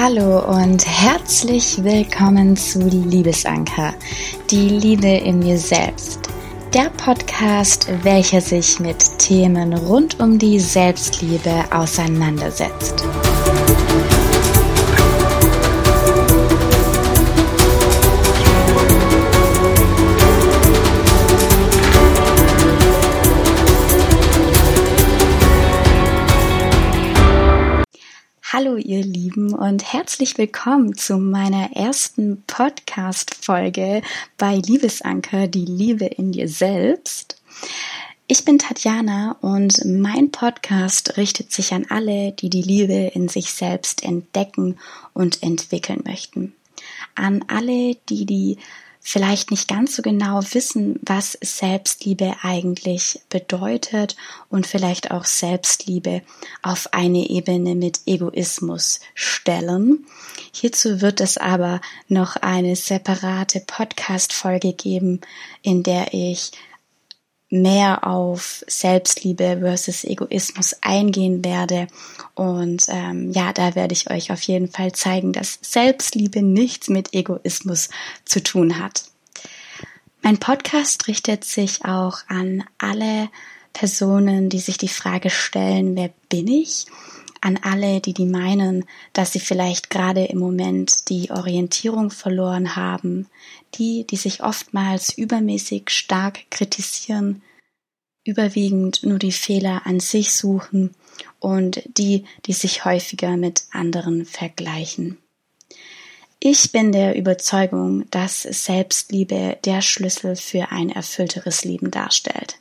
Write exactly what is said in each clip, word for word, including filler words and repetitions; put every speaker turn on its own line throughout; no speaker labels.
Hallo und herzlich willkommen zu Liebesanker, die Liebe in mir selbst. Der Podcast, welcher sich mit Themen rund um die Selbstliebe auseinandersetzt. Hallo ihr Lieben und herzlich willkommen zu meiner ersten Podcast-Folge bei Liebesanker, die Liebe in dir selbst. Ich bin Tatjana und mein Podcast richtet sich an alle, die die Liebe in sich selbst entdecken und entwickeln möchten. An alle, die die vielleicht nicht ganz so genau wissen, was Selbstliebe eigentlich bedeutet und vielleicht auch Selbstliebe auf eine Ebene mit Egoismus stellen. Hierzu wird es aber noch eine separate Podcast-Folge geben, in der ich mehr auf Selbstliebe versus Egoismus eingehen werde. Und ähm, ja, da werde ich euch auf jeden Fall zeigen, dass Selbstliebe nichts mit Egoismus zu tun hat. Mein Podcast richtet sich auch an alle Personen, die sich die Frage stellen, wer bin ich? An alle, die die meinen, dass sie vielleicht gerade im Moment die Orientierung verloren haben, die, die sich oftmals übermäßig stark kritisieren, überwiegend nur die Fehler an sich suchen und die, die sich häufiger mit anderen vergleichen. Ich bin der Überzeugung, dass Selbstliebe der Schlüssel für ein erfüllteres Leben darstellt.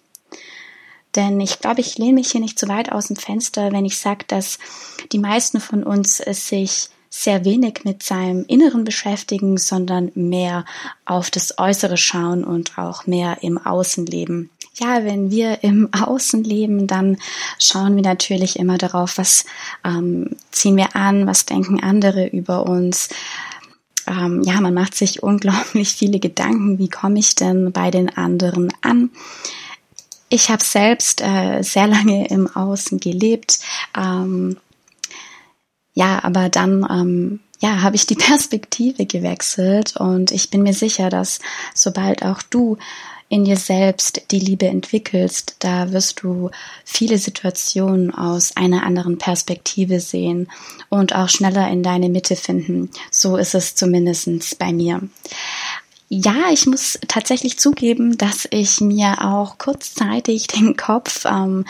Denn ich glaube, ich lehne mich hier nicht zu weit aus dem Fenster, wenn ich sage, dass die meisten von uns sich sehr wenig mit seinem Inneren beschäftigen, sondern mehr auf das Äußere schauen und auch mehr im Außen leben. Ja, wenn wir im Außen leben, dann schauen wir natürlich immer darauf, was ähm, ziehen wir an, was denken andere über uns. Ähm, ja, man macht sich unglaublich viele Gedanken, wie komme ich denn bei den anderen an? Ich habe selbst äh, sehr lange im Außen gelebt, ähm, ja, aber dann ähm, ja, habe ich die Perspektive gewechselt und ich bin mir sicher, dass sobald auch du in dir selbst die Liebe entwickelst, da wirst du viele Situationen aus einer anderen Perspektive sehen und auch schneller in deine Mitte finden. So ist es zumindest bei mir. Ja, ich muss tatsächlich zugeben, dass ich mir auch kurzzeitig den Kopf ähm,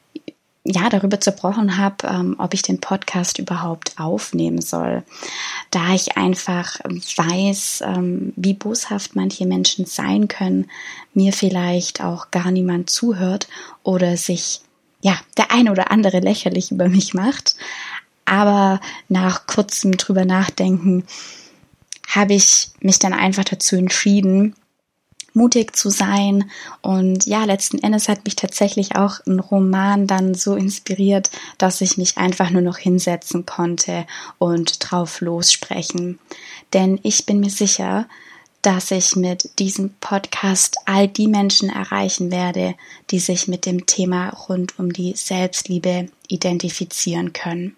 ja darüber zerbrochen habe, ähm, ob ich den Podcast überhaupt aufnehmen soll, da ich einfach weiß, ähm, wie boshaft manche Menschen sein können, mir vielleicht auch gar niemand zuhört oder sich ja der eine oder andere lächerlich über mich macht. Aber nach kurzem drüber nachdenken habe ich mich dann einfach dazu entschieden, mutig zu sein. Und ja, letzten Endes hat mich tatsächlich auch ein Roman dann so inspiriert, dass ich mich einfach nur noch hinsetzen konnte und drauf lossprechen. Denn ich bin mir sicher, dass ich mit diesem Podcast all die Menschen erreichen werde, die sich mit dem Thema rund um die Selbstliebe identifizieren können.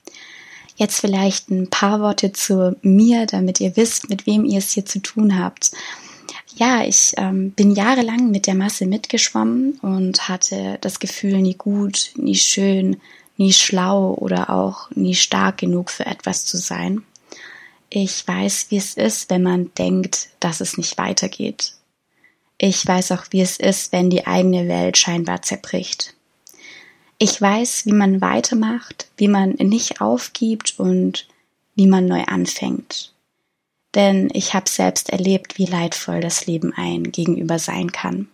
Jetzt vielleicht ein paar Worte zu mir, damit ihr wisst, mit wem ihr es hier zu tun habt. Ja, ich ähm, bin jahrelang mit der Masse mitgeschwommen und hatte das Gefühl, nie gut, nie schön, nie schlau oder auch nie stark genug für etwas zu sein. Ich weiß, wie es ist, wenn man denkt, dass es nicht weitergeht. Ich weiß auch, wie es ist, wenn die eigene Welt scheinbar zerbricht. Ich weiß, wie man weitermacht, wie man nicht aufgibt und wie man neu anfängt. Denn ich habe selbst erlebt, wie leidvoll das Leben ein gegenüber sein kann.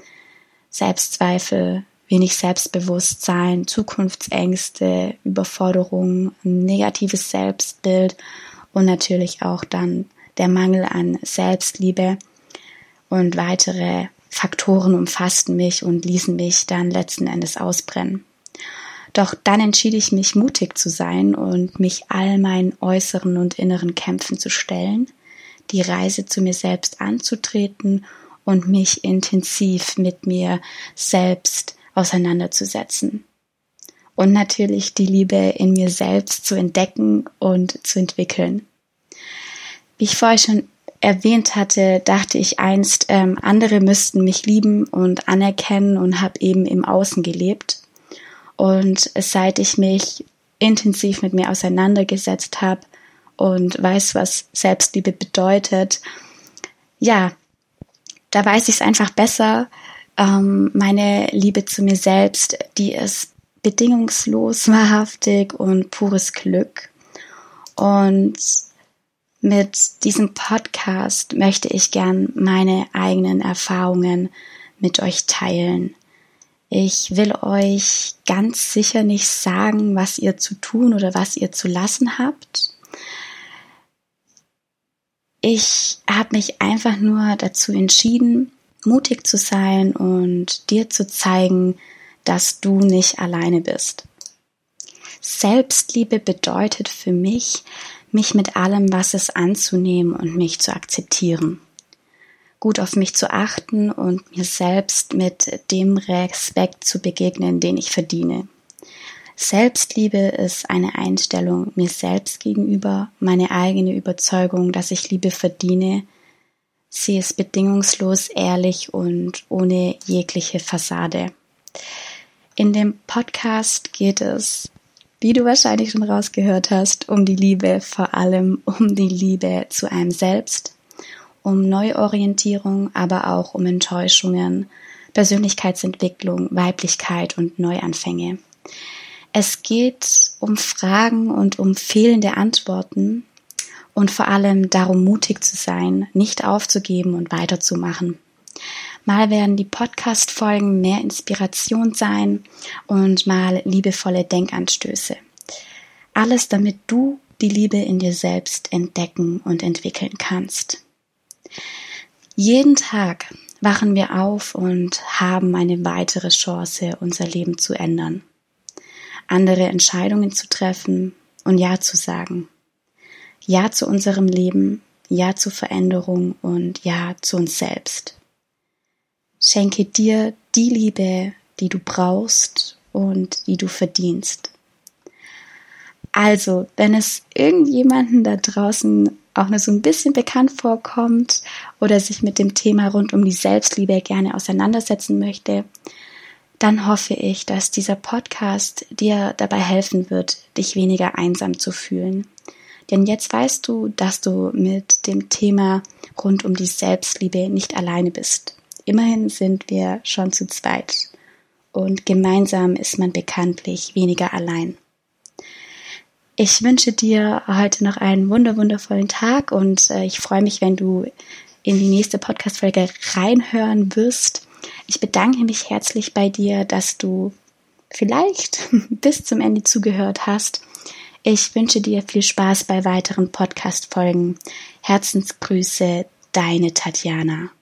Selbstzweifel, wenig Selbstbewusstsein, Zukunftsängste, Überforderung, ein negatives Selbstbild und natürlich auch dann der Mangel an Selbstliebe und weitere Faktoren umfassten mich und ließen mich dann letzten Endes ausbrennen. Doch dann entschied ich mich, mutig zu sein und mich all meinen äußeren und inneren Kämpfen zu stellen, die Reise zu mir selbst anzutreten und mich intensiv mit mir selbst auseinanderzusetzen. und natürlich die Liebe in mir selbst zu entdecken und zu entwickeln. Wie ich vorher schon erwähnt hatte, dachte ich einst, ähm, andere müssten mich lieben und anerkennen und habe eben im Außen gelebt. Und seit ich mich intensiv mit mir auseinandergesetzt habe und weiß, was Selbstliebe bedeutet, ja, da weiß ich es einfach besser. Ähm, meine Liebe zu mir selbst, die ist bedingungslos, wahrhaftig und pures Glück. Und mit diesem Podcast möchte ich gern meine eigenen Erfahrungen mit euch teilen. Ich will euch ganz sicher nicht sagen, was ihr zu tun oder was ihr zu lassen habt. Ich habe mich einfach nur dazu entschieden, mutig zu sein und dir zu zeigen, dass du nicht alleine bist. Selbstliebe bedeutet für mich, mich mit allem, was es anzunehmen und mich zu akzeptieren. Gut auf mich zu achten und mir selbst mit dem Respekt zu begegnen, den ich verdiene. Selbstliebe ist eine Einstellung mir selbst gegenüber, meine eigene Überzeugung, dass ich Liebe verdiene. Sie ist bedingungslos, ehrlich und ohne jegliche Fassade. In dem Podcast geht es, wie du wahrscheinlich schon rausgehört hast, um die Liebe, vor allem um die Liebe zu einem selbst, um Neuorientierung, aber auch um Enttäuschungen, Persönlichkeitsentwicklung, Weiblichkeit und Neuanfänge. Es geht um Fragen und um fehlende Antworten und vor allem darum, mutig zu sein, nicht aufzugeben und weiterzumachen. Mal werden die Podcast-Folgen mehr Inspiration sein und mal liebevolle Denkanstöße. Alles, damit du die Liebe in dir selbst entdecken und entwickeln kannst. Jeden Tag wachen wir auf und haben eine weitere Chance, unser Leben zu ändern, andere Entscheidungen zu treffen und Ja zu sagen. Ja zu unserem Leben, Ja zur Veränderung und Ja zu uns selbst. Schenke dir die Liebe, die du brauchst und die du verdienst. Also, wenn es irgendjemanden da draußen auch nur so ein bisschen bekannt vorkommt oder sich mit dem Thema rund um die Selbstliebe gerne auseinandersetzen möchte, dann hoffe ich, dass dieser Podcast dir dabei helfen wird, dich weniger einsam zu fühlen. Denn jetzt weißt du, dass du mit dem Thema rund um die Selbstliebe nicht alleine bist. Immerhin sind wir schon zu zweit und gemeinsam ist man bekanntlich weniger allein. Ich wünsche dir heute noch einen wunderwundervollen Tag und äh, ich freue mich, wenn du in die nächste Podcast-Folge reinhören wirst. Ich bedanke mich herzlich bei dir, dass du vielleicht bis zum Ende zugehört hast. Ich wünsche dir viel Spaß bei weiteren Podcast-Folgen. Herzensgrüße, deine Tatjana.